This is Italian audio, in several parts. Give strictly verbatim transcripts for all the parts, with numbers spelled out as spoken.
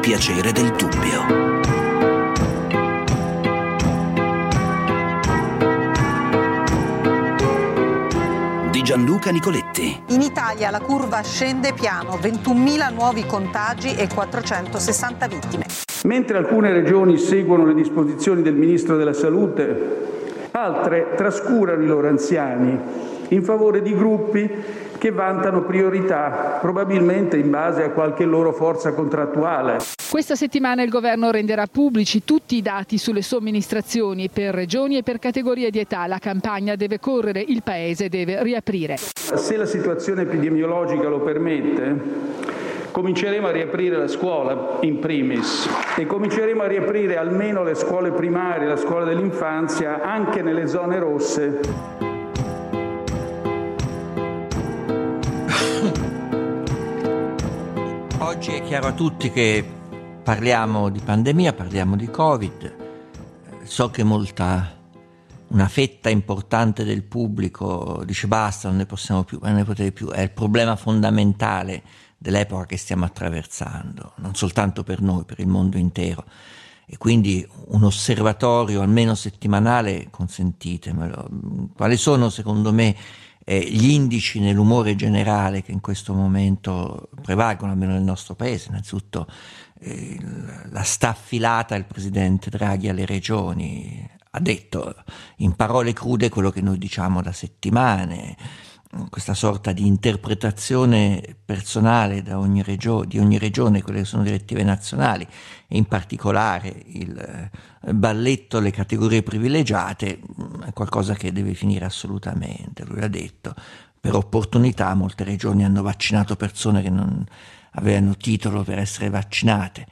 piacere del dubbio. Di Gianluca Nicoletti. In Italia la curva scende piano, ventunomila nuovi contagi e quattrocentosessanta vittime. Mentre alcune regioni seguono le disposizioni del Ministro della Salute, altre trascurano i loro anziani in favore di gruppi che vantano priorità, probabilmente in base a qualche loro forza contrattuale. Questa settimana il governo renderà pubblici tutti i dati sulle somministrazioni per regioni e per categorie di età. La campagna deve correre, il paese deve riaprire. Se la situazione epidemiologica lo permette, cominceremo a riaprire la scuola in primis e cominceremo a riaprire almeno le scuole primarie, la scuola dell'infanzia, anche nelle zone rosse. Oggi è chiaro a tutti che parliamo di pandemia, parliamo di Covid. So che molta, una fetta importante del pubblico dice basta, non ne possiamo più, non ne potete più. È il problema fondamentale dell'epoca che stiamo attraversando, non soltanto per noi, per il mondo intero. E quindi un osservatorio almeno settimanale, consentitemelo. Quali sono secondo me eh, gli indici nell'umore generale che in questo momento prevalgono, almeno nel nostro paese? Innanzitutto eh, la staffilata del presidente Draghi alle regioni, ha detto in parole crude quello che noi diciamo da settimane, questa sorta di interpretazione personale da ogni regio- di ogni regione, quelle che sono direttive nazionali, e in particolare il balletto alle categorie privilegiate, è qualcosa che deve finire assolutamente. Lui ha detto, per opportunità molte regioni hanno vaccinato persone che non avevano titolo per essere vaccinate.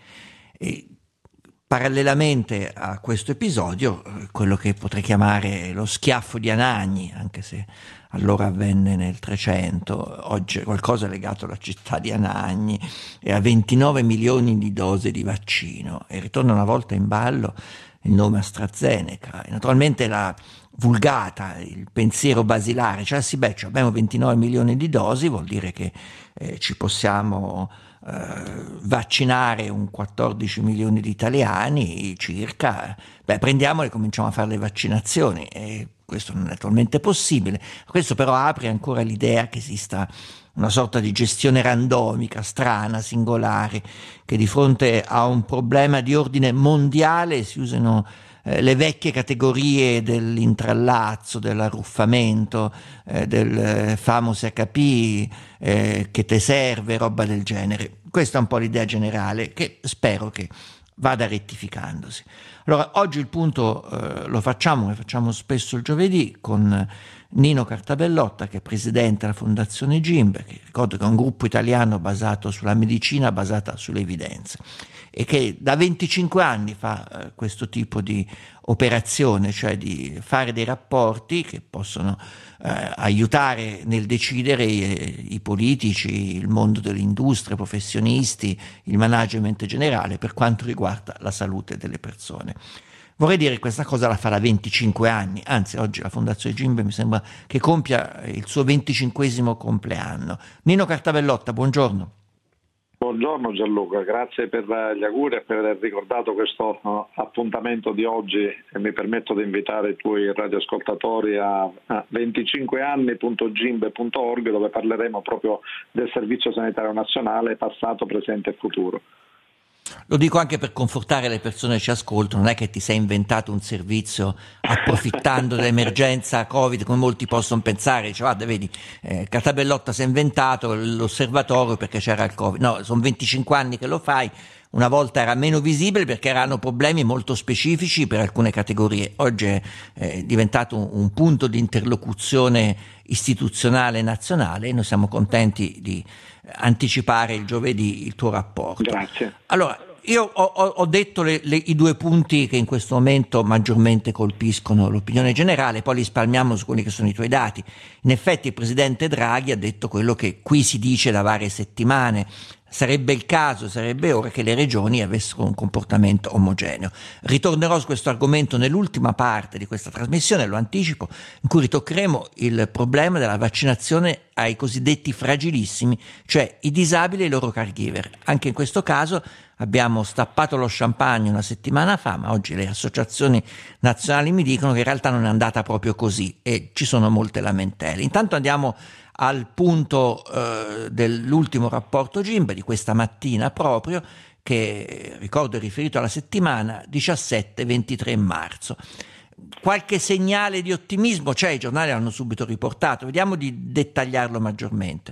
E parallelamente a questo episodio, quello che potrei chiamare lo schiaffo di Anagni, anche se allora avvenne nel trecento, oggi è qualcosa legato alla città di Anagni e a ventinove milioni di dosi di vaccino, e ritorna una volta in ballo il nome AstraZeneca e naturalmente la vulgata, il pensiero basilare, cioè sì beh, cioè abbiamo ventinove milioni di dosi, vuol dire che eh, ci possiamo eh, vaccinare un quattordici milioni di italiani circa, beh prendiamole e cominciamo a fare le vaccinazioni. E questo non è attualmente possibile. Questo però apre ancora l'idea che esista una sorta di gestione randomica, strana, singolare, che di fronte a un problema di ordine mondiale si usano eh, le vecchie categorie dell'intrallazzo, dell'arruffamento, eh, del eh, famoso H P eh, che te serve, roba del genere. Questa è un po' l'idea generale che spero che vada rettificandosi. Allora, oggi il punto eh, lo facciamo, lo facciamo spesso il giovedì, con Nino Cartabellotta, che è presidente della Fondazione Gimbe, che ricordo che è un gruppo italiano basato sulla medicina, basata sulle evidenze, e che da venticinque anni fa eh, questo tipo di operazione, cioè di fare dei rapporti che possono eh, aiutare nel decidere eh, i politici, il mondo dell'industria, i professionisti, il management generale per quanto riguarda la salute delle persone. Vorrei dire che questa cosa la fa da venticinque anni, anzi oggi la Fondazione Gimbe mi sembra che compia il suo venticinquesimo compleanno. Nino Cartabellotta, buongiorno. Buongiorno Gianluca, grazie per gli auguri e per aver ricordato questo uh, appuntamento di oggi, e mi permetto di invitare i tuoi radioascoltatori a, a venticinque anni punto gimbe punto org, dove parleremo proprio del Servizio Sanitario Nazionale, passato, presente e futuro. Lo dico anche per confortare le persone che ci ascoltano, non è che ti sei inventato un servizio approfittando dell'emergenza Covid, come molti possono pensare, dice guarda vedi, eh, Cartabellotta si è inventato l'osservatorio perché c'era il Covid. No, sono venticinque anni che lo fai. Una volta era meno visibile perché erano problemi molto specifici per alcune categorie. Oggi è eh, diventato un, un punto di interlocuzione istituzionale nazionale e noi siamo contenti di anticipare il giovedì il tuo rapporto. Grazie. Allora, io ho, ho, ho detto le, le, i due punti che in questo momento maggiormente colpiscono l'opinione generale, poi li spalmiamo su quelli che sono i tuoi dati. In effetti il presidente Draghi ha detto quello che qui si dice da varie settimane: sarebbe il caso, sarebbe ora che le regioni avessero un comportamento omogeneo. Ritornerò su questo argomento nell'ultima parte di questa trasmissione, lo anticipo, in cui ritoccheremo il problema della vaccinazione ai cosiddetti fragilissimi, cioè i disabili e i loro caregiver. Anche in questo caso abbiamo stappato lo champagne una settimana fa, ma oggi le associazioni nazionali mi dicono che in realtà non è andata proprio così e ci sono molte lamentele. Intanto andiamo al punto eh, dell'ultimo rapporto G I M B di questa mattina proprio, che ricordo è riferito alla settimana diciassette ventitré marzo. Qualche segnale di ottimismo c'è, i giornali l'hanno subito riportato, vediamo di dettagliarlo maggiormente.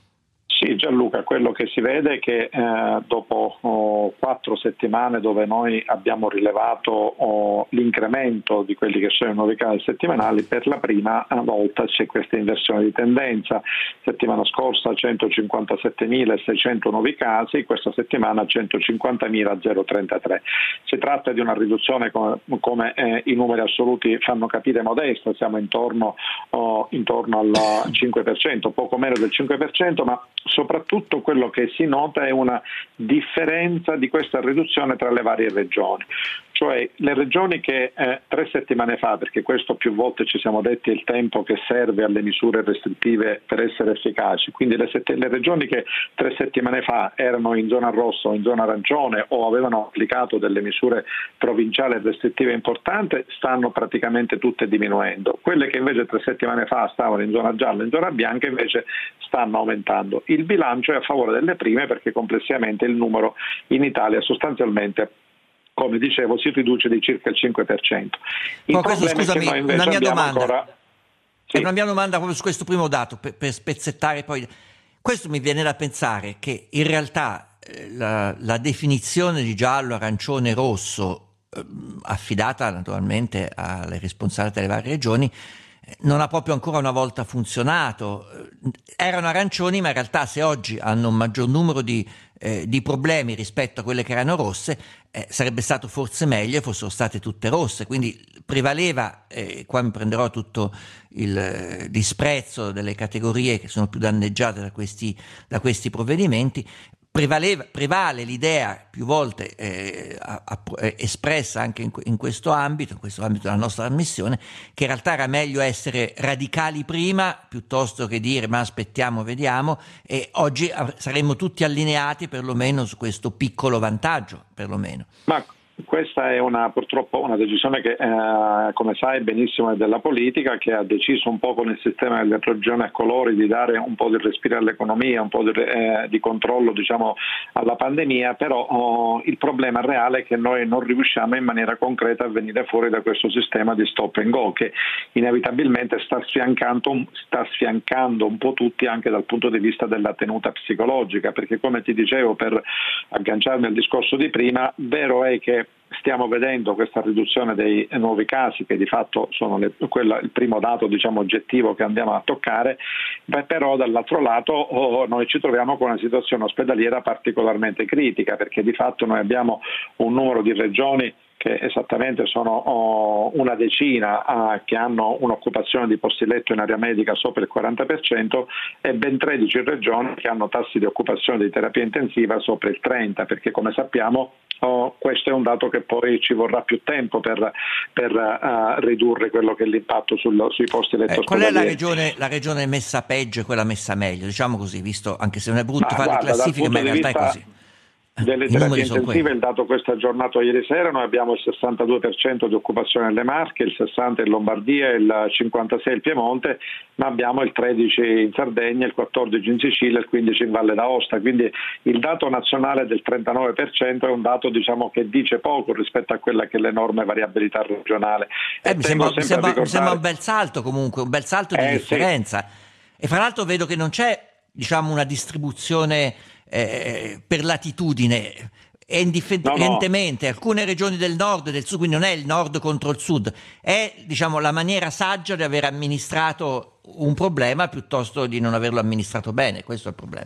Sì, Gianluca, quello che si vede è che eh, dopo oh, quattro settimane dove noi abbiamo rilevato oh, l'incremento di quelli che sono i nuovi casi settimanali, per la prima volta c'è questa inversione di tendenza. Settimana scorsa centocinquantasettemilaseicento nuovi casi, questa settimana centocinquantamila trentatré. Si tratta di una riduzione come, come eh, i numeri assoluti fanno capire modesta, siamo intorno, oh, intorno al cinque per cento, poco meno del cinque per cento, ma soprattutto quello che si nota è una differenza di questa riduzione tra le varie regioni. Cioè le regioni che eh, tre settimane fa, perché questo più volte ci siamo detti è il tempo che serve alle misure restrittive per essere efficaci, quindi le, sette, le regioni che tre settimane fa erano in zona rossa o in zona arancione o avevano applicato delle misure provinciali restrittive importanti stanno praticamente tutte diminuendo. Quelle che invece tre settimane fa stavano in zona gialla, in zona bianca invece stanno aumentando. Il bilancio è a favore delle prime perché complessivamente il numero in Italia sostanzialmente, come dicevo, si riduce di circa il cinque per cento. Il Ma questo, scusami, una mia domanda. Ancora... Sì. È una mia domanda proprio su questo primo dato, per, per spezzettare poi. Questo mi viene da pensare che in realtà eh, la, la definizione di giallo, arancione, rosso, eh, affidata naturalmente alle responsabilità delle varie regioni, non ha proprio ancora una volta funzionato. Erano arancioni, ma in realtà se oggi hanno un maggior numero di, eh, di problemi rispetto a quelle che erano rosse, eh, sarebbe stato forse meglio e fossero state tutte rosse. Quindi prevaleva, eh, qua mi prenderò tutto il eh, disprezzo delle categorie che sono più danneggiate da questi, da questi provvedimenti, Prevaleva, prevale l'idea più volte eh, a, a, espressa anche in, in questo ambito, in questo ambito della nostra trasmissione, che in realtà era meglio essere radicali prima piuttosto che dire ma aspettiamo, vediamo, e oggi saremmo tutti allineati perlomeno su questo piccolo vantaggio, perlomeno. Ma questa è una, purtroppo una decisione che, eh, come sai benissimo, è della politica, che ha deciso un po' con il sistema delle regioni a colori di dare un po' di respiro all'economia, un po' di, eh, di controllo, diciamo, alla pandemia, però oh, il problema reale è che noi non riusciamo in maniera concreta a venire fuori da questo sistema di stop and go che inevitabilmente sta sfiancando, sta sfiancando un po' tutti anche dal punto di vista della tenuta psicologica, perché come ti dicevo, per agganciarmi al discorso di prima, vero è che stiamo vedendo questa riduzione dei nuovi casi che di fatto sono le, quella, il primo dato, diciamo, oggettivo che andiamo a toccare, beh, però dall'altro lato oh, noi ci troviamo con una situazione ospedaliera particolarmente critica, perché di fatto noi abbiamo un numero di regioni che esattamente sono oh, una decina ah, che hanno un'occupazione di posti letto in area medica sopra il quaranta per cento e ben tredici regioni che hanno tassi di occupazione di terapia intensiva sopra il trenta per cento, perché come sappiamo oh, questo è un dato che poi ci vorrà più tempo per, per uh, ridurre quello che è l'impatto sul, sui posti letto eh, ospedalieri. Qual è la regione, la regione messa peggio e quella messa meglio, diciamo così, visto anche se non è brutto ma fare guarda, classifiche, ma in realtà vista... è così. Delle terapie intensive, il dato questo aggiornato ieri sera, noi abbiamo il sessantadue per cento di occupazione nelle Marche, il sessanta per cento in Lombardia, il cinquantasei per cento in Piemonte, ma abbiamo il tredici per cento in Sardegna, il quattordici per cento in Sicilia e il quindici per cento in Valle d'Aosta, quindi il dato nazionale del trentanove per cento è un dato, diciamo, che dice poco rispetto a quella che è l'enorme variabilità regionale. Eh, mi, sembra, mi, sembra, ricordare... mi sembra un bel salto comunque, un bel salto di eh, differenza. Sì. E fra l'altro vedo che non c'è, diciamo, una distribuzione eh, per latitudine. E indifferentemente, no, no. Alcune regioni del nord e del sud, quindi non è il nord contro il sud, è, diciamo, la maniera saggia di aver amministrato un problema piuttosto di non averlo amministrato bene, questo è il problema.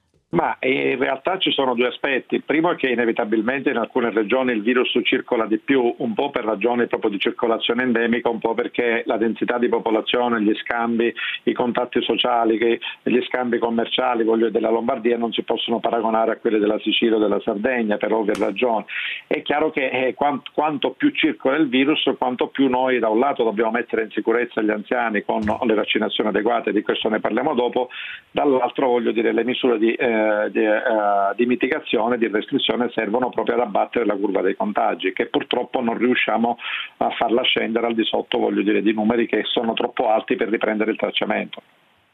Ma in realtà ci sono due aspetti. Il primo è che inevitabilmente in alcune regioni il virus circola di più, un po' per ragioni proprio di circolazione endemica, un po' perché la densità di popolazione, gli scambi, i contatti sociali, che, gli scambi commerciali, voglio, della Lombardia non si possono paragonare a quelli della Sicilia o della Sardegna per ovvie ragioni. È chiaro che eh, quanto, quanto più circola il virus, quanto più noi da un lato dobbiamo mettere in sicurezza gli anziani con le vaccinazioni adeguate, di questo ne parliamo dopo, dall'altro voglio dire le misure di eh, eh, di, eh, di mitigazione, di restrizione servono proprio ad abbattere la curva dei contagi, che purtroppo non riusciamo a farla scendere al di sotto, voglio dire, di numeri che sono troppo alti per riprendere il tracciamento.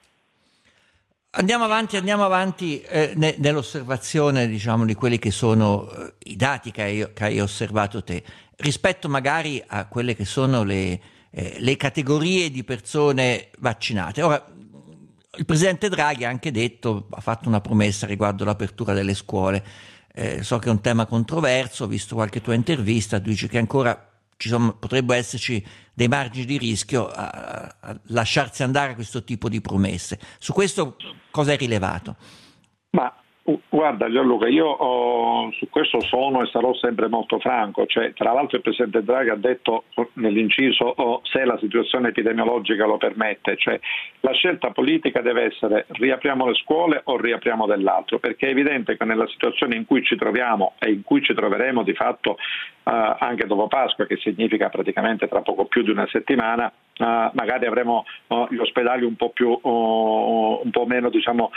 Andiamo avanti, andiamo avanti eh, ne, nell'osservazione, diciamo, di quelli che sono eh, i dati che hai, che hai osservato te, rispetto magari a quelle che sono le, eh, le categorie di persone vaccinate. Ora, il presidente Draghi ha anche detto, ha fatto una promessa riguardo l'apertura delle scuole. Eh, so che è un tema controverso, ho visto qualche tua intervista, tu dici che ancora ci sono, potrebbero esserci dei margini di rischio a, a lasciarsi andare a questo tipo di promesse. Su questo cosa hai rilevato? Ma guarda Gianluca, io oh, su questo sono e sarò sempre molto franco, cioè, tra l'altro il Presidente Draghi ha detto nell'inciso oh, se la situazione epidemiologica lo permette, cioè la scelta politica deve essere riapriamo le scuole o riapriamo dell'altro, perché è evidente che nella situazione in cui ci troviamo e in cui ci troveremo di fatto eh, anche dopo Pasqua, che significa praticamente tra poco più di una settimana, Uh, magari avremo uh, gli ospedali un po' più uh, un po' meno diciamo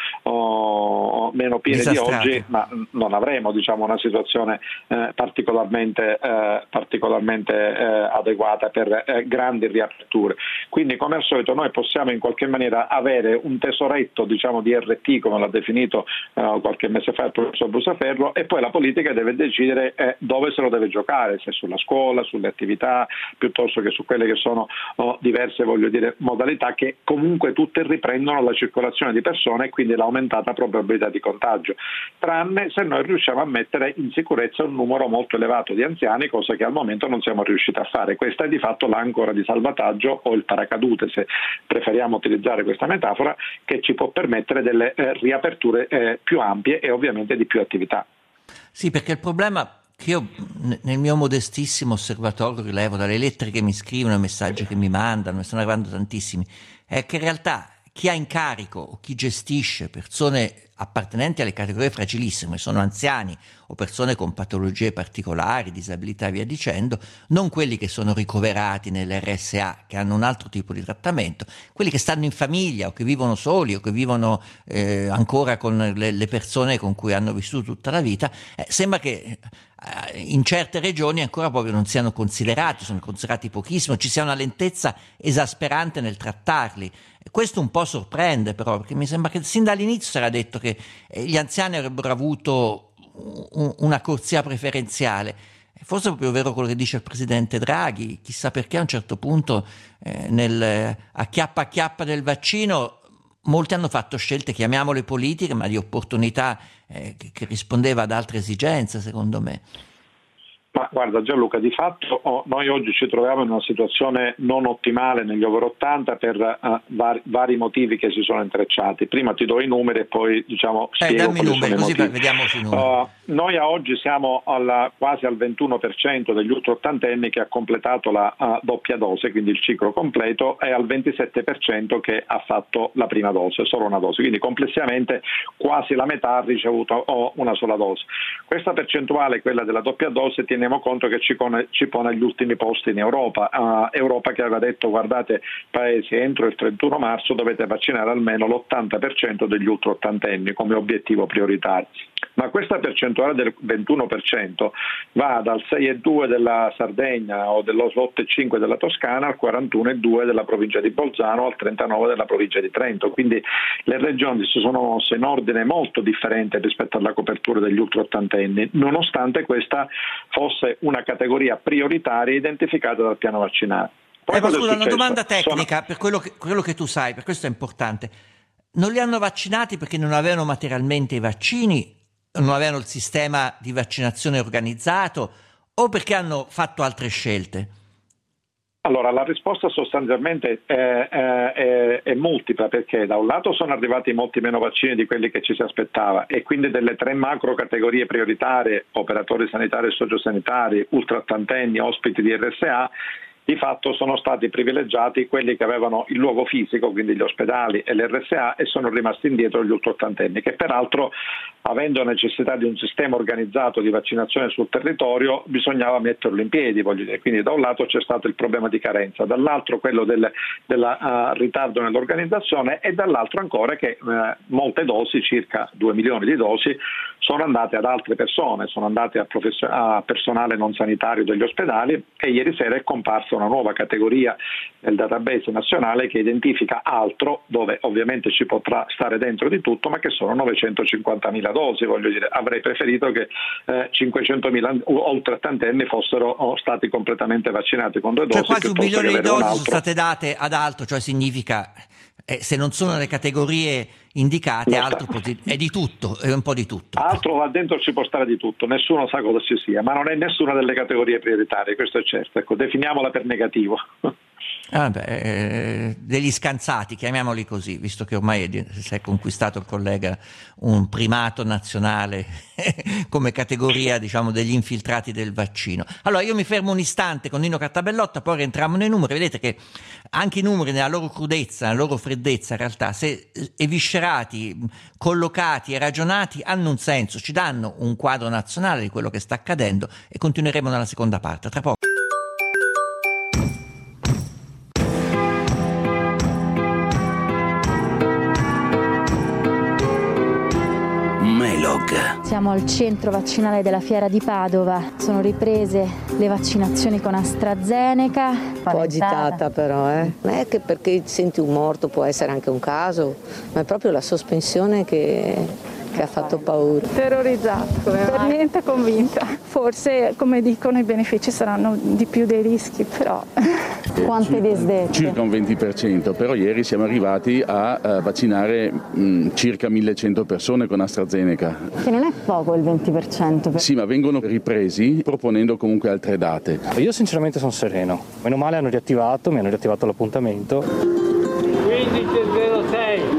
uh, meno pieni di oggi, ma non avremo diciamo una situazione uh, particolarmente uh, particolarmente uh, adeguata per uh, grandi riaperture. Quindi come al solito noi possiamo in qualche maniera avere un tesoretto diciamo di R T, come l'ha definito uh, qualche mese fa il professor Brusaferro, e poi la politica deve decidere uh, dove se lo deve giocare, se sulla scuola, sulle attività, piuttosto che su quelle che sono uh, diverse voglio dire modalità che comunque tutte riprendono la circolazione di persone e quindi l'aumentata probabilità di contagio, tranne se noi riusciamo a mettere in sicurezza un numero molto elevato di anziani, cosa che al momento non siamo riusciti a fare. Questa è di fatto l'ancora di salvataggio o il paracadute, se preferiamo utilizzare questa metafora, che ci può permettere delle eh, riaperture eh, più ampie e ovviamente di più attività. Sì, perché il problema che io nel mio modestissimo osservatorio rilevo dalle lettere che mi scrivono, i messaggi che mi mandano, ne stanno arrivando tantissimi, è che in realtà chi ha in carico o chi gestisce persone appartenenti alle categorie fragilissime, sono anziani o persone con patologie particolari, disabilità e via dicendo, non quelli che sono ricoverati nell'R S A, che hanno un altro tipo di trattamento, quelli che stanno in famiglia o che vivono soli o che vivono eh, ancora con le, le persone con cui hanno vissuto tutta la vita. Eh, sembra che eh, in certe regioni ancora proprio non siano considerati, sono considerati pochissimo, ci sia una lentezza esasperante nel trattarli. Questo un po' sorprende però, perché mi sembra che sin dall'inizio si era detto che gli anziani avrebbero avuto una corsia preferenziale. Forse è proprio vero quello che dice il presidente Draghi, chissà perché a un certo punto eh, nel acchiappa acchiappa del vaccino molti hanno fatto scelte, chiamiamole politiche, ma di opportunità eh, che, che rispondeva ad altre esigenze, secondo me. Ma guarda Gianluca, di fatto oh, noi oggi ci troviamo in una situazione non ottimale negli over ottanta per uh, vari, vari motivi che si sono intrecciati. Prima ti do i numeri e poi diciamo spiego eh, dammi quali numeri, sono i così motivi. Vediamo sui numeri. Uh, noi a oggi siamo alla, quasi al ventuno per cento degli ultraottantenni che ha completato la uh, doppia dose, quindi il ciclo completo, e al ventisette per cento che ha fatto la prima dose, solo una dose. Quindi complessivamente quasi la metà ha ricevuto oh, una sola dose. Questa percentuale, quella della doppia dose, teniamo conto che ci pone, ci pone agli ultimi posti in Europa. Uh, Europa che aveva detto guardate paesi, entro il trentuno marzo dovete vaccinare almeno l'ottanta per cento degli ultraottantenni come obiettivo prioritario. Ma questa percentuale del ventuno per cento va dal sei virgola due della Sardegna o dello otto virgola cinque della Toscana al quarantuno virgola due della provincia di Bolzano al trentanove della provincia di Trento. Quindi le regioni si sono mosse in ordine molto differente rispetto alla copertura degli ultraottantenni, nonostante questa fosse una categoria prioritaria identificata dal piano vaccinale. Eh, ma scusa, una domanda tecnica Sono... per quello che, quello che tu sai, per questo è importante. Non li hanno vaccinati perché non avevano materialmente i vaccini, non avevano il sistema di vaccinazione organizzato o perché hanno fatto altre scelte? Allora, la risposta sostanzialmente è, è, è, è multipla, perché da un lato sono arrivati molti meno vaccini di quelli che ci si aspettava e quindi delle tre macro categorie prioritarie, operatori sanitari e sociosanitari, ultraottantenni, ospiti di R S A, di fatto sono stati privilegiati quelli che avevano il luogo fisico, quindi gli ospedali e l'R S A, e sono rimasti indietro gli ultraottantenni, che peraltro, avendo necessità di un sistema organizzato di vaccinazione sul territorio, bisognava metterlo in piedi, voglio dire. Quindi da un lato c'è stato il problema di carenza, dall'altro quello del uh, ritardo nell'organizzazione, e dall'altro ancora che uh, molte dosi, circa due milioni di dosi, sono andate ad altre persone, sono andate a, profes- a personale non sanitario degli ospedali, e ieri sera è comparsa una nuova categoria nel database nazionale che identifica altro, dove ovviamente ci potrà stare dentro di tutto, ma che sono novecentocinquantamila dosi. Voglio dire, avrei preferito che eh, cinquecentomila oltre ottantenni fossero oh, stati completamente vaccinati con due dosi. Cioè quasi un milione di dosi sono state date ad altro, cioè significa eh, se non sono le categorie indicate, altro è di tutto, è un po' di tutto. Altro là dentro ci può stare di tutto, nessuno sa cosa ci sia, ma non è nessuna delle categorie prioritarie, questo è certo. Ecco, definiamola per negativo. Ah beh, eh, degli scansati, chiamiamoli così, visto che ormai si è conquistato il collega un primato nazionale come categoria, diciamo, degli infiltrati del vaccino. Allora io mi fermo un istante con Nino Cartabellotta, poi rientriamo nei numeri. Vedete che anche i numeri nella loro crudezza, nella loro freddezza, in realtà, se eviscerati, collocati e ragionati, hanno un senso, ci danno un quadro nazionale di quello che sta accadendo, e continueremo nella seconda parte, tra poco. Siamo al centro vaccinale della Fiera di Padova, sono riprese le vaccinazioni con AstraZeneca. Un po' agitata però, eh. Non è che perché senti un morto può essere anche un caso, ma è proprio la sospensione che, che ha fatto paura. Terrorizzata, per niente convinta. Forse, come dicono, i benefici saranno di più dei rischi, però... Quante disdette? Circa un venti per cento, però ieri siamo arrivati a, a vaccinare mh, circa millecento persone con AstraZeneca. Che non è poco il venti per cento. Per... Sì, ma vengono ripresi proponendo comunque altre date. Io sinceramente sono sereno, meno male hanno riattivato, mi hanno riattivato l'appuntamento. quindici zero sei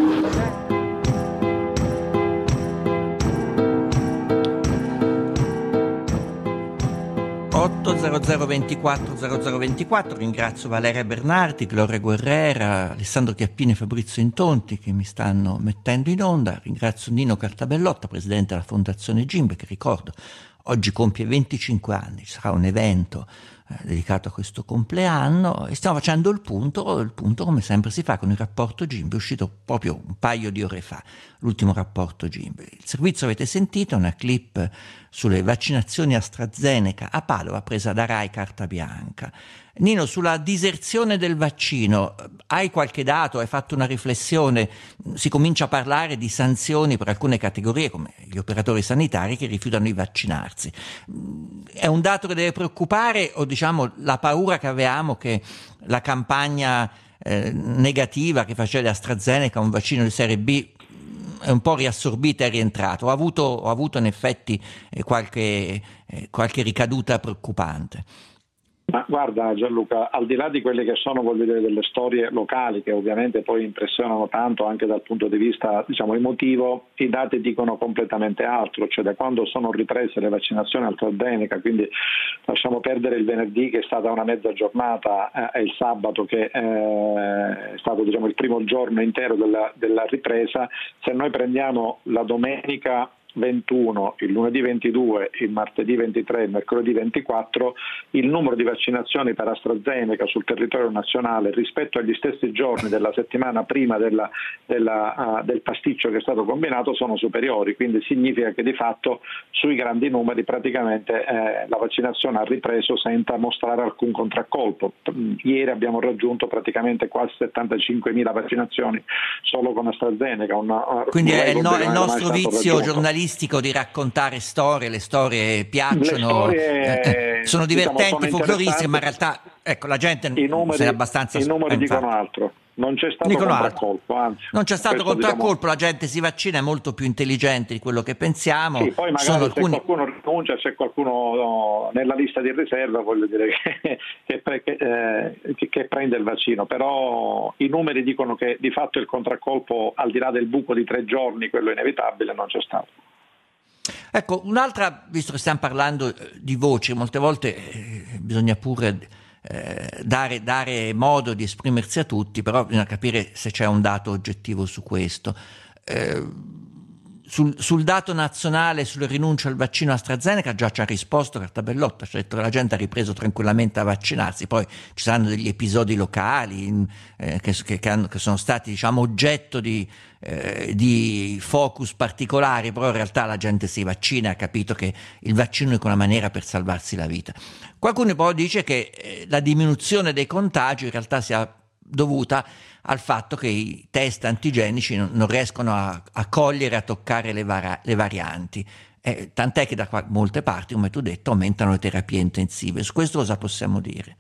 otto zero zero ventiquattro zero zero ventiquattro. Ringrazio Valeria Bernardi, Gloria Guerrera, Alessandro Chiappini e Fabrizio Intonti che mi stanno mettendo in onda. Ringrazio Nino Cartabellotta, presidente della Fondazione Gimbe, che ricordo oggi compie venticinque anni. Ci sarà un evento eh, dedicato a questo compleanno, e stiamo facendo il punto, il punto come sempre si fa con il rapporto Gimbe, uscito proprio un paio di ore fa, l'ultimo rapporto Gimbe. Il servizio, avete sentito, una clip sulle vaccinazioni AstraZeneca a Padova presa da Rai Carta Bianca. Nino, sulla diserzione del vaccino, hai qualche dato, hai fatto una riflessione? Si comincia a parlare di sanzioni per alcune categorie come gli operatori sanitari che rifiutano di vaccinarsi. È un dato che deve preoccupare, o diciamo la paura che avevamo che la campagna eh, negativa che faceva di AstraZeneca un vaccino di serie B è un po' riassorbita e rientrato? Ho avuto, ho avuto in effetti eh, qualche, eh, qualche ricaduta preoccupante. Ma guarda Gianluca, al di là di quelle che sono, voglio dire, delle storie locali che ovviamente poi impressionano tanto anche dal punto di vista, diciamo, emotivo, i dati dicono completamente altro. Cioè, da quando sono riprese le vaccinazioni AstraZeneca, quindi lasciamo perdere il venerdì che è stata una mezza giornata eh, e il sabato che eh, è stato, diciamo, il primo giorno intero della, della ripresa, se noi prendiamo la domenica ventuno, il lunedì ventidue, il martedì ventitré, il mercoledì ventiquattro, il numero di vaccinazioni per AstraZeneca sul territorio nazionale rispetto agli stessi giorni della settimana prima della, della, uh, del pasticcio che è stato combinato sono superiori, quindi significa che di fatto sui grandi numeri praticamente eh, la vaccinazione ha ripreso senza mostrare alcun contraccolpo. Ieri abbiamo raggiunto praticamente quasi settantacinquemila vaccinazioni solo con AstraZeneca. Una, quindi è il, no, il nostro vizio raggiunto. giornalistico di raccontare storie, le storie piacciono, le storie, eh, sono divertenti, diciamo, sono folcloristiche, ma in realtà ecco, la gente i numeri, se è abbastanza i numeri spaventata. dicono altro. Non c'è stato Dicono contraccolpo, anzi. Non c'è stato Questo, contraccolpo, diciamo... la gente si vaccina, è molto più intelligente di quello che pensiamo. Sì, poi magari Sono se alcuni... qualcuno rinuncia, c'è qualcuno no, nella lista di riserva, voglio dire, che, che, pre, che, eh, che, che prende il vaccino, però i numeri dicono che di fatto il contraccolpo, al di là del buco di tre giorni, quello inevitabile, non c'è stato. Ecco, un'altra, visto che stiamo parlando di voci, molte volte eh, bisogna pure eh, dare, dare modo di esprimersi a tutti, però bisogna capire se c'è un dato oggettivo su questo. Eh, sul, sul dato nazionale sul rinuncio al vaccino AstraZeneca già ci ha risposto Cartabellotta, ci ha detto che la gente ha ripreso tranquillamente a vaccinarsi, poi ci saranno degli episodi locali eh, che, che, che, hanno, che sono stati diciamo oggetto di, eh, di focus particolari, però in realtà la gente si vaccina e ha capito che il vaccino è una maniera per salvarsi la vita. Qualcuno poi dice che eh, la diminuzione dei contagi in realtà sia dovuta al fatto che i test antigenici non, non riescono a, a cogliere, a toccare le, vara, le varianti. Eh, tant'è che da qua, molte parti, come tu hai detto, aumentano le terapie intensive. Su questo cosa possiamo dire?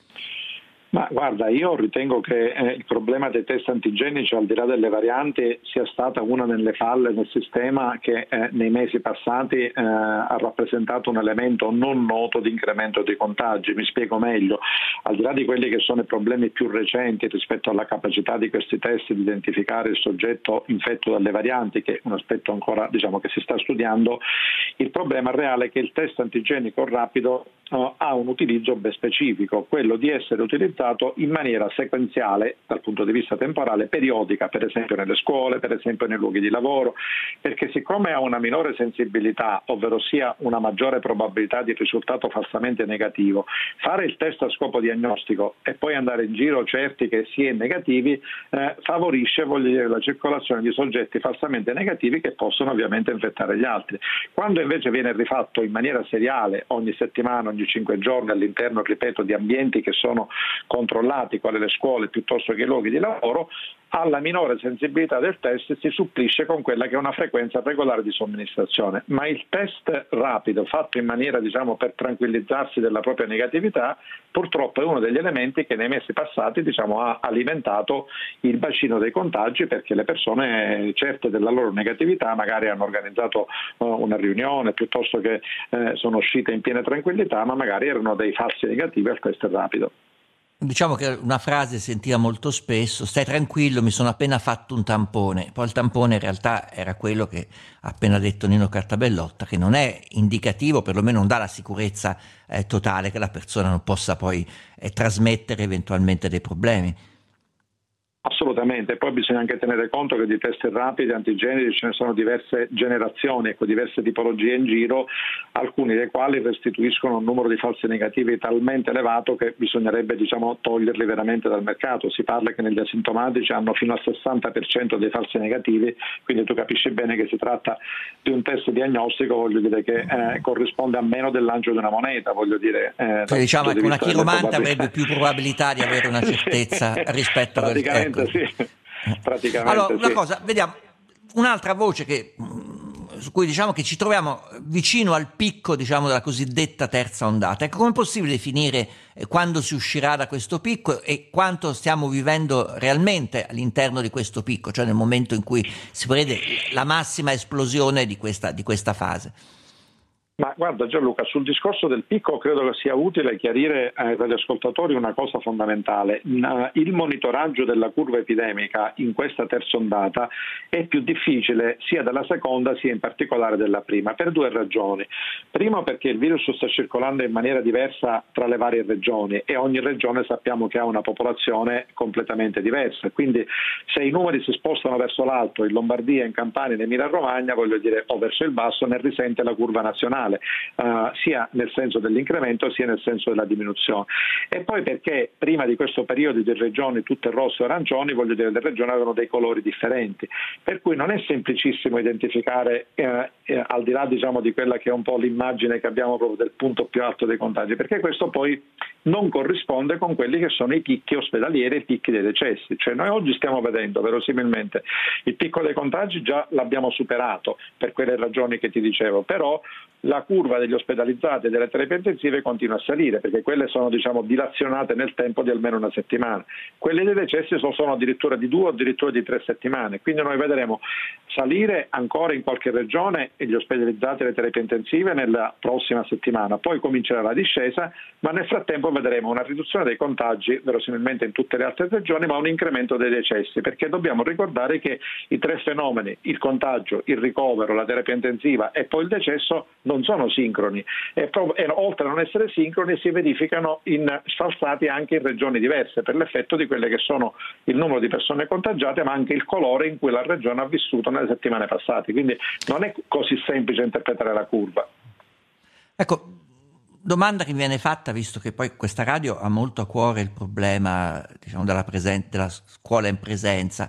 Ma guarda, io ritengo che eh, il problema dei test antigenici, al di là delle varianti, sia stata una delle falle nel sistema che eh, nei mesi passati eh, ha rappresentato un elemento non noto di incremento dei contagi. Mi spiego meglio. Al di là di quelli che sono i problemi più recenti rispetto alla capacità di questi test di identificare il soggetto infetto dalle varianti, che è un aspetto ancora diciamo che si sta studiando, il problema reale è che il test antigenico rapido uh, ha un utilizzo ben specifico, quello di essere utilizzato in maniera sequenziale dal punto di vista temporale, periodica, per esempio nelle scuole, per esempio nei luoghi di lavoro, perché siccome ha una minore sensibilità, ovvero sia una maggiore probabilità di risultato falsamente negativo, fare il test a scopo diagnostico e poi andare in giro certi che si è negativi eh, favorisce voglio dire, la circolazione di soggetti falsamente negativi che possono ovviamente infettare gli altri. Quando invece viene rifatto in maniera seriale ogni settimana, ogni cinque giorni all'interno, ripeto, di ambienti che sono controllati, quali le scuole piuttosto che i luoghi di lavoro, alla minore sensibilità del test si supplisce con quella che è una frequenza regolare di somministrazione. Ma il test rapido, fatto in maniera diciamo per tranquillizzarsi della propria negatività, purtroppo è uno degli elementi che nei mesi passati diciamo ha alimentato il bacino dei contagi, perché le persone certe della loro negatività magari hanno organizzato uh, una riunione piuttosto che eh, sono uscite in piena tranquillità, ma magari erano dei falsi negativi al test rapido. Diciamo che una frase si sentiva molto spesso: stai tranquillo, mi sono appena fatto un tampone. Poi il tampone in realtà era quello che ha appena detto Nino Cartabellotta, che non è indicativo, perlomeno non dà la sicurezza eh, totale che la persona non possa poi eh, trasmettere eventualmente dei problemi. Assolutamente, poi bisogna anche tenere conto che di test rapidi antigenici ce ne sono diverse generazioni, ecco, diverse tipologie in giro, alcuni dei quali restituiscono un numero di falsi negativi talmente elevato che bisognerebbe diciamo toglierli veramente dal mercato. Si parla che negli asintomatici hanno fino al sessanta per cento dei falsi negativi, quindi tu capisci bene che si tratta di un test diagnostico, voglio dire, che eh, corrisponde a meno del lancio di una moneta, voglio dire. Eh, cioè, diciamo che una chiromante avrebbe più probabilità di avere una certezza rispetto a... Praticamente ecco. Sì. Praticamente allora, una sì. cosa, vediamo, un'altra voce che, su cui diciamo che ci troviamo vicino al picco diciamo della cosiddetta terza ondata. Ecco, come è possibile definire quando si uscirà da questo picco e quanto stiamo vivendo realmente all'interno di questo picco, cioè nel momento in cui si prevede la massima esplosione di questa, di questa fase? Ma guarda Gianluca, sul discorso del picco credo che sia utile chiarire ai radioascoltatori una cosa fondamentale. Il monitoraggio della curva epidemica in questa terza ondata è più difficile sia della seconda sia in particolare della prima, per due ragioni. Primo, perché il virus sta circolando in maniera diversa tra le varie regioni e ogni regione sappiamo che ha una popolazione completamente diversa, quindi se i numeri si spostano verso l'alto in Lombardia, in Campania, in Emilia Romagna, voglio dire, o verso il basso, ne risente la curva nazionale. Uh, sia nel senso dell'incremento sia nel senso della diminuzione. E poi perché prima di questo periodo di regioni tutte rosse o arancioni, voglio dire, le regioni avevano dei colori differenti, per cui non è semplicissimo identificare eh, eh, al di là diciamo di quella che è un po' l'immagine che abbiamo proprio del punto più alto dei contagi, perché questo poi non corrisponde con quelli che sono i picchi ospedalieri e i picchi dei decessi. Cioè noi oggi stiamo vedendo verosimilmente il picco dei contagi già l'abbiamo superato per quelle ragioni che ti dicevo, però la curva degli ospedalizzati e delle terapie intensive continua a salire, perché quelle sono diciamo dilazionate nel tempo di almeno una settimana. Quelle dei decessi sono addirittura di due o addirittura di tre settimane, quindi noi vedremo salire ancora in qualche regione gli ospedalizzati e le terapie intensive nella prossima settimana, poi comincerà la discesa, ma nel frattempo vedremo una riduzione dei contagi verosimilmente in tutte le altre regioni, ma un incremento dei decessi, perché dobbiamo ricordare che i tre fenomeni, il contagio, il ricovero, la terapia intensiva e poi il decesso, non sono sincroni e, proprio, e oltre a non essere sincroni si verificano in sfalsati anche in regioni diverse per l'effetto di quelle che sono il numero di persone contagiate, ma anche il colore in cui la regione ha vissuto nelle settimane passate. Quindi non è così semplice interpretare la curva. Ecco, domanda che mi viene fatta, visto che poi questa radio ha molto a cuore il problema, diciamo, della, presen- della scuola in presenza.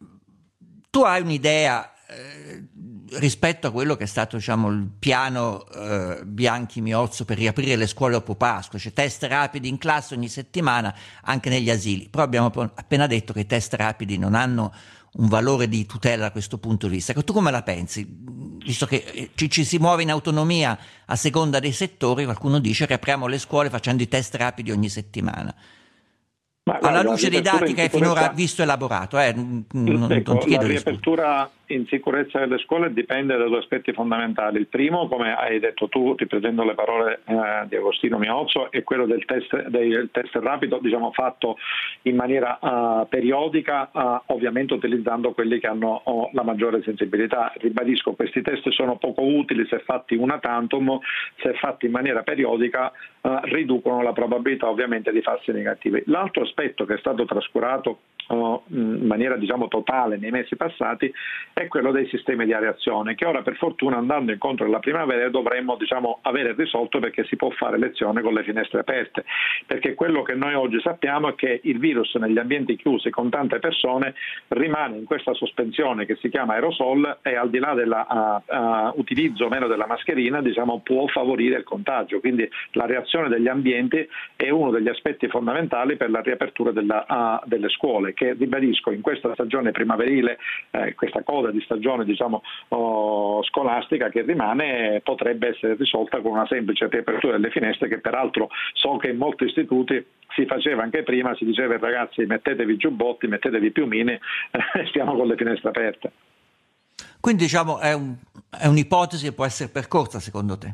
Tu hai un'idea eh, rispetto a quello che è stato, diciamo, il piano eh, Bianchi-Miozzo per riaprire le scuole dopo Pasqua, cioè test rapidi in classe ogni settimana anche negli asili, però abbiamo appena detto che i test rapidi non hanno un valore di tutela da questo punto di vista. Tu come la pensi? Visto che ci, ci si muove in autonomia a seconda dei settori, qualcuno dice riapriamo le scuole facendo i test rapidi ogni settimana. Ma, alla guarda, luce dei dati che hai finora visto e elaborato, eh, non, ecco, non ti chiedo la riapertura in sicurezza delle scuole dipende da due aspetti fondamentali. Il primo, come hai detto tu, riprendendo le parole eh, di Agostino Miozzo, è quello del test, del test rapido, diciamo, fatto in maniera uh, periodica, uh, ovviamente utilizzando quelli che hanno oh, la maggiore sensibilità. Ribadisco, questi test sono poco utili se fatti una tantum, se fatti in maniera periodica uh, riducono la probabilità ovviamente di falsi negativi. L'altro aspetto che è stato trascurato uh, in maniera, diciamo, totale nei mesi passati è quello dei sistemi di areazione, che ora per fortuna, andando incontro alla primavera, dovremmo, diciamo, avere risolto, perché si può fare lezione con le finestre aperte, perché quello che noi oggi sappiamo è che il virus negli ambienti chiusi con tante persone rimane in questa sospensione che si chiama aerosol e al di là dell'utilizzo uh, uh, meno della mascherina, diciamo, può favorire il contagio. Quindi la reazione degli ambienti è uno degli aspetti fondamentali per la riapertura della, uh, delle scuole, che, ribadisco, in questa stagione primaverile, eh, questa coda di stagione, diciamo, oh, scolastica che rimane, potrebbe essere risolta con una semplice riapertura delle finestre, che peraltro so che in molti istituti si faceva anche prima, si diceva ai ragazzi mettetevi i giubbotti, mettetevi i piumini, eh, stiamo con le finestre aperte. Quindi, diciamo, è, un, è un'ipotesi che può essere percorsa secondo te?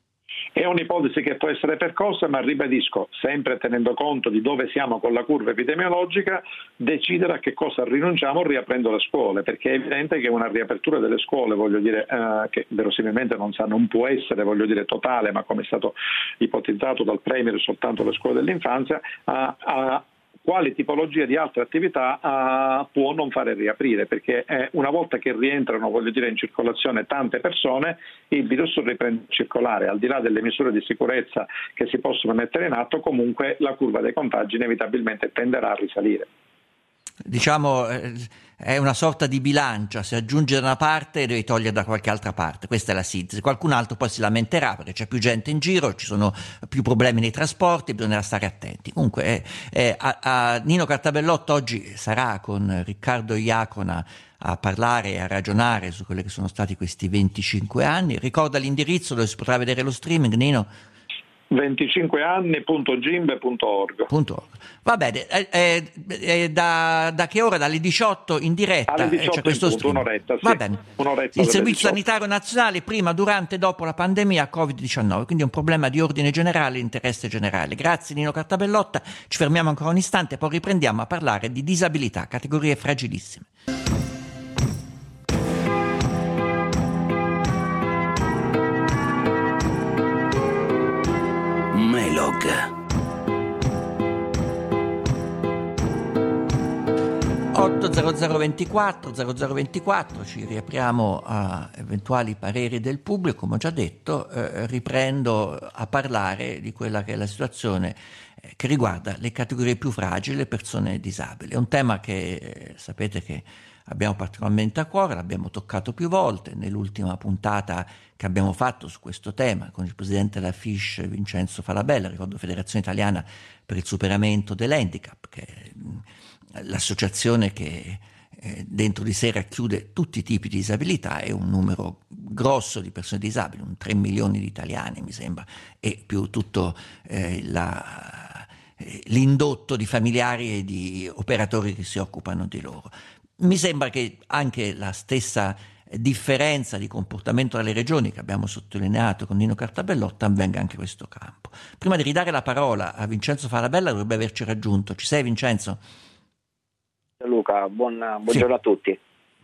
È un'ipotesi che può essere percorsa, ma ribadisco, sempre tenendo conto di dove siamo con la curva epidemiologica, decidere a che cosa rinunciamo riaprendo le scuole, perché è evidente che una riapertura delle scuole, voglio dire, eh, che verosimilmente non, sa, non può essere, voglio dire, totale, ma come è stato ipotizzato dal Premier soltanto le scuole dell'infanzia, eh, eh, quali tipologie di altre attività uh, può non fare riaprire, perché eh, una volta che rientrano, voglio dire, in circolazione tante persone, il virus riprende a circolare. Al di là delle misure di sicurezza che si possono mettere in atto, comunque la curva dei contagi inevitabilmente tenderà a risalire. Diciamo, è una sorta di bilancia, si aggiunge da una parte e devi togliere da qualche altra parte, questa è la sintesi. Qualcun altro poi si lamenterà perché c'è più gente in giro, ci sono più problemi nei trasporti, bisognerà stare attenti. Comunque eh, eh, a, a Nino Cartabellotto oggi sarà con Riccardo Iacona a parlare e a ragionare su quelli che sono stati questi venticinque anni. Ricorda l'indirizzo dove si potrà vedere lo streaming, Nino? venticinque anni punto gimbe punto org. Va bene, eh, eh, da, da che ora? Dalle diciotto in diretta? Alle diciotto c'è questo punto, un'oretta, sì. Va bene. Un'oretta il Servizio diciotto. Sanitario Nazionale prima, durante e dopo la pandemia covid diciannove, quindi è un problema di ordine generale, interesse generale. Grazie Nino Cartabellotta, ci fermiamo ancora un istante, poi riprendiamo a parlare di disabilità, categorie fragilissime. Melog. otto zero zero ventiquattro zero zero ventiquattro, ci riapriamo a eventuali pareri del pubblico. Come ho già detto, eh, riprendo a parlare di quella che è la situazione eh, che riguarda le categorie più fragili, le persone disabili. È un tema che eh, sapete che abbiamo particolarmente a cuore, l'abbiamo toccato più volte. Nell'ultima puntata che abbiamo fatto su questo tema con il presidente della F I S C Vincenzo Falabella, ricordo Federazione Italiana per il Superamento dell'Handicap, che è l'associazione che eh, dentro di sé racchiude tutti i tipi di disabilità, e un numero grosso di persone disabili, un tre milioni di italiani mi sembra, e più tutto eh, la, eh, l'indotto di familiari e di operatori che si occupano di loro. Mi sembra che anche la stessa differenza di comportamento dalle regioni che abbiamo sottolineato con Nino Cartabellotta avvenga anche in questo campo. Prima di ridare la parola a Vincenzo Falabella, dovrebbe averci raggiunto. Ci sei, Vincenzo? Luca, buon, buongiorno sì. a tutti.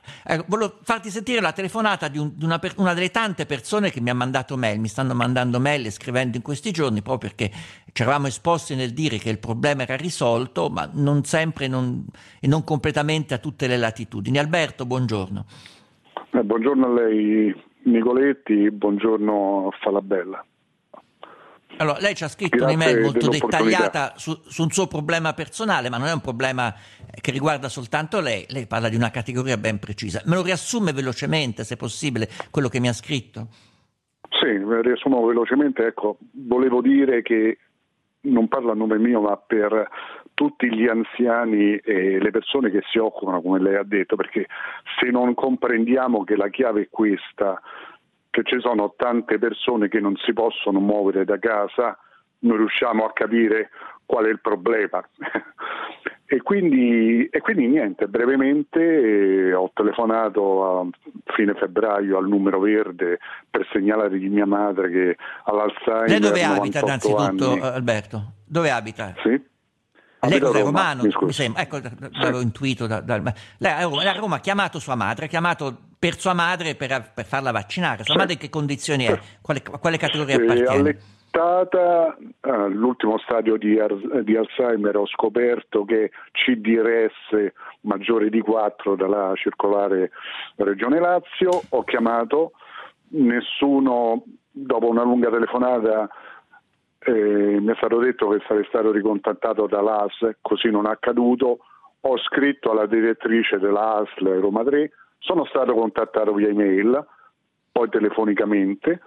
Eh, volevo farti sentire la telefonata di, un, di una, una delle tante persone che mi ha mandato mail, mi stanno mandando mail e scrivendo in questi giorni, proprio perché ci eravamo esposti nel dire che il problema era risolto, ma non sempre non, e non completamente a tutte le latitudini. Alberto, buongiorno. Eh, buongiorno a lei Nicoletti, buongiorno a Falabella. Allora, lei ci ha scritto Grazie un'email molto dettagliata su, su un suo problema personale, ma non è un problema che riguarda soltanto lei. Lei parla di una categoria ben precisa. Me lo riassume velocemente, se possibile, quello che mi ha scritto? Sì, riassumo velocemente. Ecco, volevo dire che non parlo a nome mio, ma per tutti gli anziani e le persone che si occupano, come lei ha detto, perché se non comprendiamo che la chiave è questa, che ci sono tante persone che non si possono muovere da casa, non riusciamo a capire qual è il problema. e, quindi, e quindi niente, brevemente eh, ho telefonato a fine febbraio al numero verde per segnalare di mia madre che all'Alzheimer. Lei dove abita innanzitutto, anni. Alberto? Dove abita? Sì. Lei cos'è, Roma, romano? mi, mi sembra. Ecco, l'avevo sì. intuito. Da, da, lei a Roma, a Roma ha chiamato sua madre, ha chiamato per sua madre per, per farla vaccinare. Sua sì. madre in che condizioni è? Quale, quale categoria sì, appartiene? Allettata, all'ultimo stadio di, di Alzheimer ho scoperto che C D R S maggiore di quattro dalla circolare Regione Lazio. Ho chiamato, nessuno, dopo una lunga telefonata, Eh, mi è stato detto che sarei stato ricontattato dall'A S L, così non è accaduto. Ho scritto alla direttrice della A S L Roma tre, sono stato contattato via email, poi telefonicamente.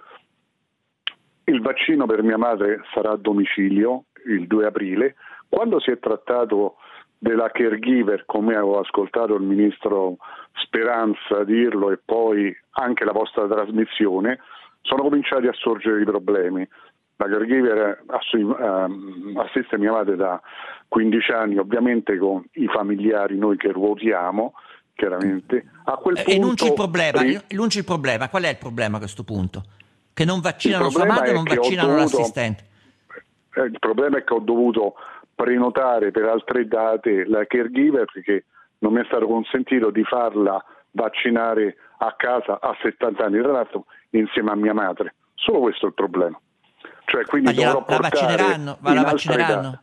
Il vaccino per mia madre sarà a domicilio il due aprile. Quando si è trattato della caregiver, come avevo ascoltato il ministro Speranza dirlo e poi anche la vostra trasmissione, sono cominciati a sorgere i problemi. La caregiver assiste mia madre da quindici anni, ovviamente con i familiari, noi che ruotiamo, chiaramente. A quel punto, enunci il problema, ri- enunci il problema. Qual è il problema a questo punto? Che non vaccinano sua madre, non vaccinano dovuto, l'assistente? Eh, il problema è che ho dovuto prenotare per altre date la caregiver perché non mi è stato consentito di farla vaccinare a casa a settanta anni, tra l'altro insieme a mia madre. Solo questo è il problema. Cioè, quindi ma dovrò la, la vaccineranno? Ma la vaccineranno?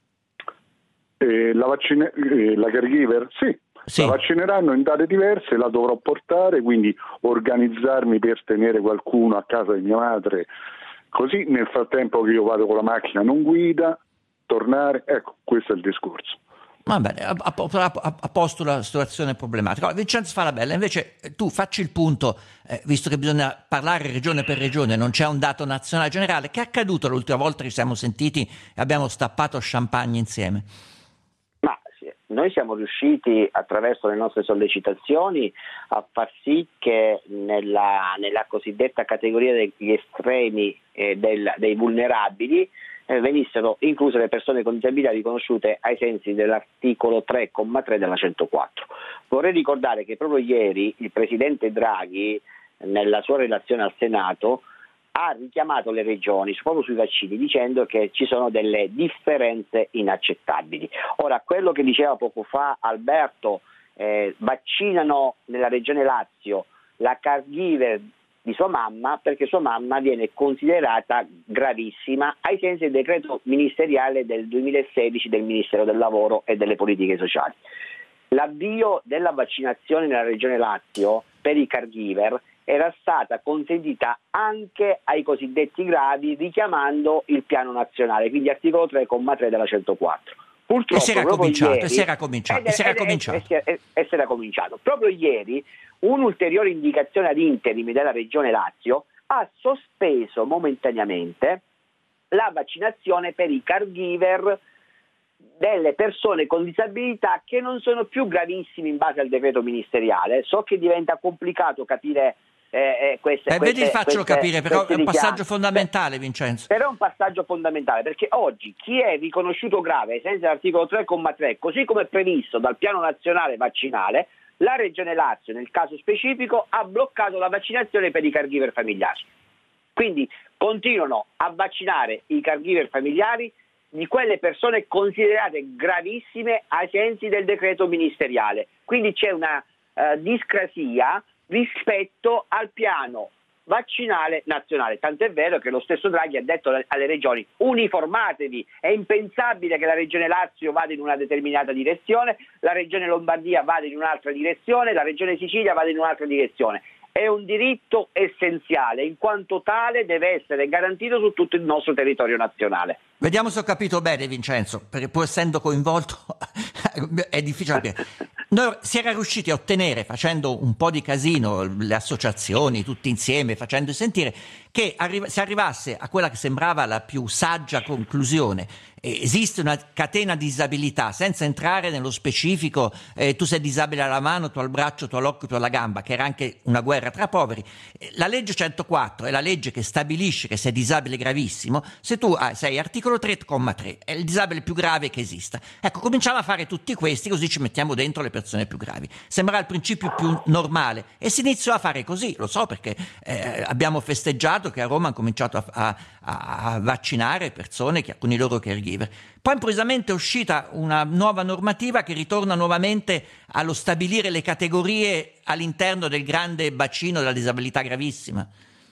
Eh, la, vaccine- eh, la caregiver? Sì. Sì. La vaccineranno in date diverse, la dovrò portare, quindi organizzarmi per tenere qualcuno a casa di mia madre, così nel frattempo che io vado con la macchina non guida, tornare, ecco, questo è il discorso. Va bene, a, a, a, a posto la situazione problematica. Vincenzo Falabella, invece tu facci il punto, eh, visto che bisogna parlare regione per regione, non c'è un dato nazionale generale. Che è accaduto l'ultima volta che ci siamo sentiti e abbiamo stappato champagne insieme? Ma sì, noi siamo riusciti attraverso le nostre sollecitazioni a far sì che nella, nella cosiddetta categoria degli estremi e del, dei vulnerabili Eh, venissero incluse le persone con disabilità riconosciute ai sensi dell'articolo tre comma tre della centoquattro. Vorrei ricordare che proprio ieri il Presidente Draghi, nella sua relazione al Senato, ha richiamato le regioni proprio sui vaccini dicendo che ci sono delle differenze inaccettabili. Ora, quello che diceva poco fa Alberto, eh, vaccinano nella regione Lazio la caregiver di sua mamma perché sua mamma viene considerata gravissima ai sensi del decreto ministeriale del duemilasedici del Ministero del Lavoro e delle Politiche Sociali. L'avvio della vaccinazione nella regione Lazio per i caregiver era stata consentita anche ai cosiddetti gravi richiamando il piano nazionale, quindi articolo tre comma tre della centoquattro. Purtroppo, e si era cominciato, ieri, e si era cominciato, ed, e si era ed, cominciato. E, e, e si era cominciato. Proprio ieri un'ulteriore indicazione ad interim della Regione Lazio ha sospeso momentaneamente la vaccinazione per i caregiver delle persone con disabilità che non sono più gravissimi in base al decreto ministeriale. So che diventa complicato capire eh, queste, eh, queste, vedi, faccelo queste, capire, però è un passaggio richiami. fondamentale, Vincenzo. Però è un passaggio fondamentale, perché oggi chi è riconosciuto grave ai sensi dell'articolo tre comma tre, così come previsto dal piano nazionale vaccinale, la Regione Lazio, nel caso specifico, ha bloccato la vaccinazione per i caregiver familiari. Quindi continuano a vaccinare i caregiver familiari di quelle persone considerate gravissime ai sensi del decreto ministeriale. Quindi c'è una eh, discrasia rispetto al piano vaccinale nazionale, tant'è vero che lo stesso Draghi ha detto alle regioni: uniformatevi, è impensabile che la regione Lazio vada in una determinata direzione, la regione Lombardia vada in un'altra direzione, la regione Sicilia vada in un'altra direzione. È un diritto essenziale, in quanto tale deve essere garantito su tutto il nostro territorio nazionale. Vediamo se ho capito bene, Vincenzo, perché pur essendo coinvolto è difficile capire. Noi si era riusciti a ottenere, facendo un po' di casino, le associazioni tutti insieme, facendo sentire, che arri- si arrivasse a quella che sembrava la più saggia conclusione. Eh, esiste una catena di disabilità, senza entrare nello specifico, eh, tu sei disabile alla mano, tu al braccio, tu all'occhio, tu alla gamba, che era anche una guerra tra poveri. Eh, la legge centoquattro è la legge che stabilisce che sei disabile gravissimo se tu ah, sei articolo tre, comma tre, è il disabile più grave che esista. Ecco, cominciamo a fare tutti questi, così ci mettiamo dentro le persone più gravi. Sembrava il principio più normale e si iniziò a fare così, lo so, perché eh, abbiamo festeggiato che a Roma hanno cominciato a, a, a vaccinare persone, che, con i loro caregiver. Poi improvvisamente è uscita una nuova normativa che ritorna nuovamente allo stabilire le categorie all'interno del grande bacino della disabilità gravissima.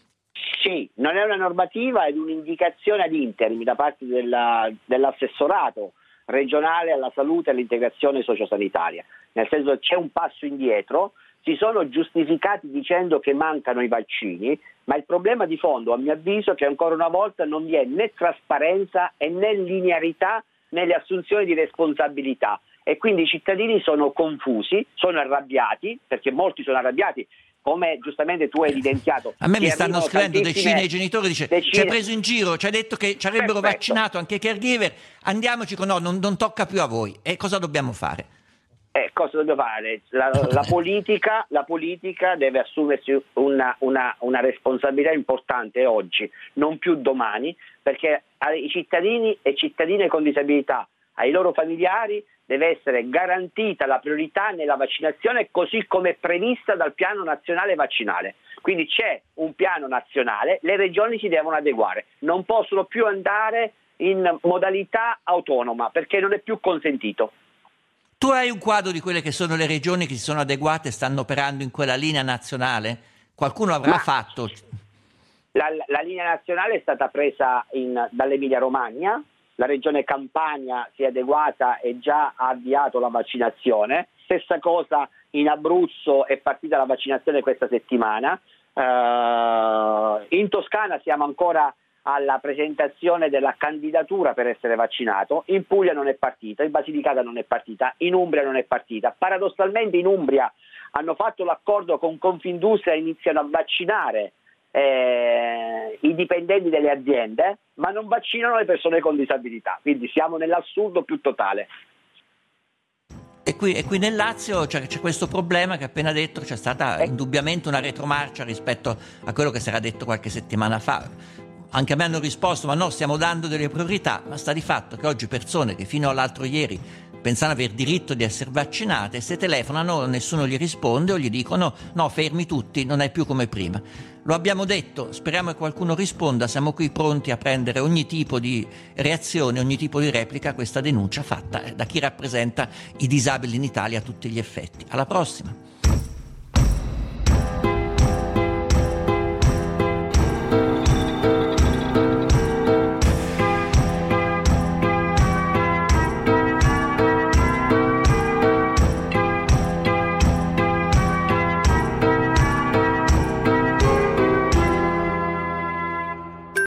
Sì, non è una normativa, è un'indicazione ad interim da parte della, dell'assessorato regionale alla salute e all'integrazione sociosanitaria, nel senso che c'è un passo indietro, si sono giustificati dicendo che mancano i vaccini, ma il problema di fondo, a mio avviso, è che ancora una volta non vi è né trasparenza e né linearità nelle assunzioni di responsabilità, e quindi i cittadini sono confusi, sono arrabbiati, perché molti sono arrabbiati, come giustamente tu hai evidenziato. A me mi stanno scrivendo decine di genitori, dice decine... ci hai preso in giro, ci hai detto che ci avrebbero Perfetto. vaccinato anche i caregiver, andiamoci con no, non, non tocca più a voi. E cosa dobbiamo fare? Eh, cosa dobbiamo fare? La, la, politica, la politica deve assumersi una, una, una responsabilità importante oggi, non più domani, perché ai cittadini e cittadine con disabilità, ai loro familiari, deve essere garantita la priorità nella vaccinazione, così come è prevista dal piano nazionale vaccinale. Quindi c'è un piano nazionale, le regioni si devono adeguare, non possono più andare in modalità autonoma perché non è più consentito. Tu hai un quadro di quelle che sono le regioni che si sono adeguate e stanno operando in quella linea nazionale? Qualcuno avrà Ma fatto? La, la linea nazionale è stata presa in, dall'Emilia Romagna, la regione Campania si è adeguata e già ha avviato la vaccinazione, stessa cosa in Abruzzo, è partita la vaccinazione questa settimana, uh, in Toscana siamo ancora alla presentazione della candidatura per essere vaccinato, in Puglia non è partita, in Basilicata non è partita, in Umbria non è partita. Paradossalmente in Umbria hanno fatto l'accordo con Confindustria e iniziano a vaccinare eh, i dipendenti delle aziende, ma non vaccinano le persone con disabilità, quindi siamo nell'assurdo più totale. E qui, e qui nel Lazio c'è, c'è questo problema che appena detto, c'è stata eh. indubbiamente una retromarcia rispetto a quello che si era detto qualche settimana fa. Anche a me hanno risposto, ma no, stiamo dando delle priorità, ma sta di fatto che oggi persone che fino all'altro ieri pensano aver diritto di essere vaccinate, se telefonano nessuno gli risponde o gli dicono no, fermi tutti, non è più come prima. Lo abbiamo detto, speriamo che qualcuno risponda, siamo qui pronti a prendere ogni tipo di reazione, ogni tipo di replica a questa denuncia fatta da chi rappresenta i disabili in Italia a tutti gli effetti. Alla prossima!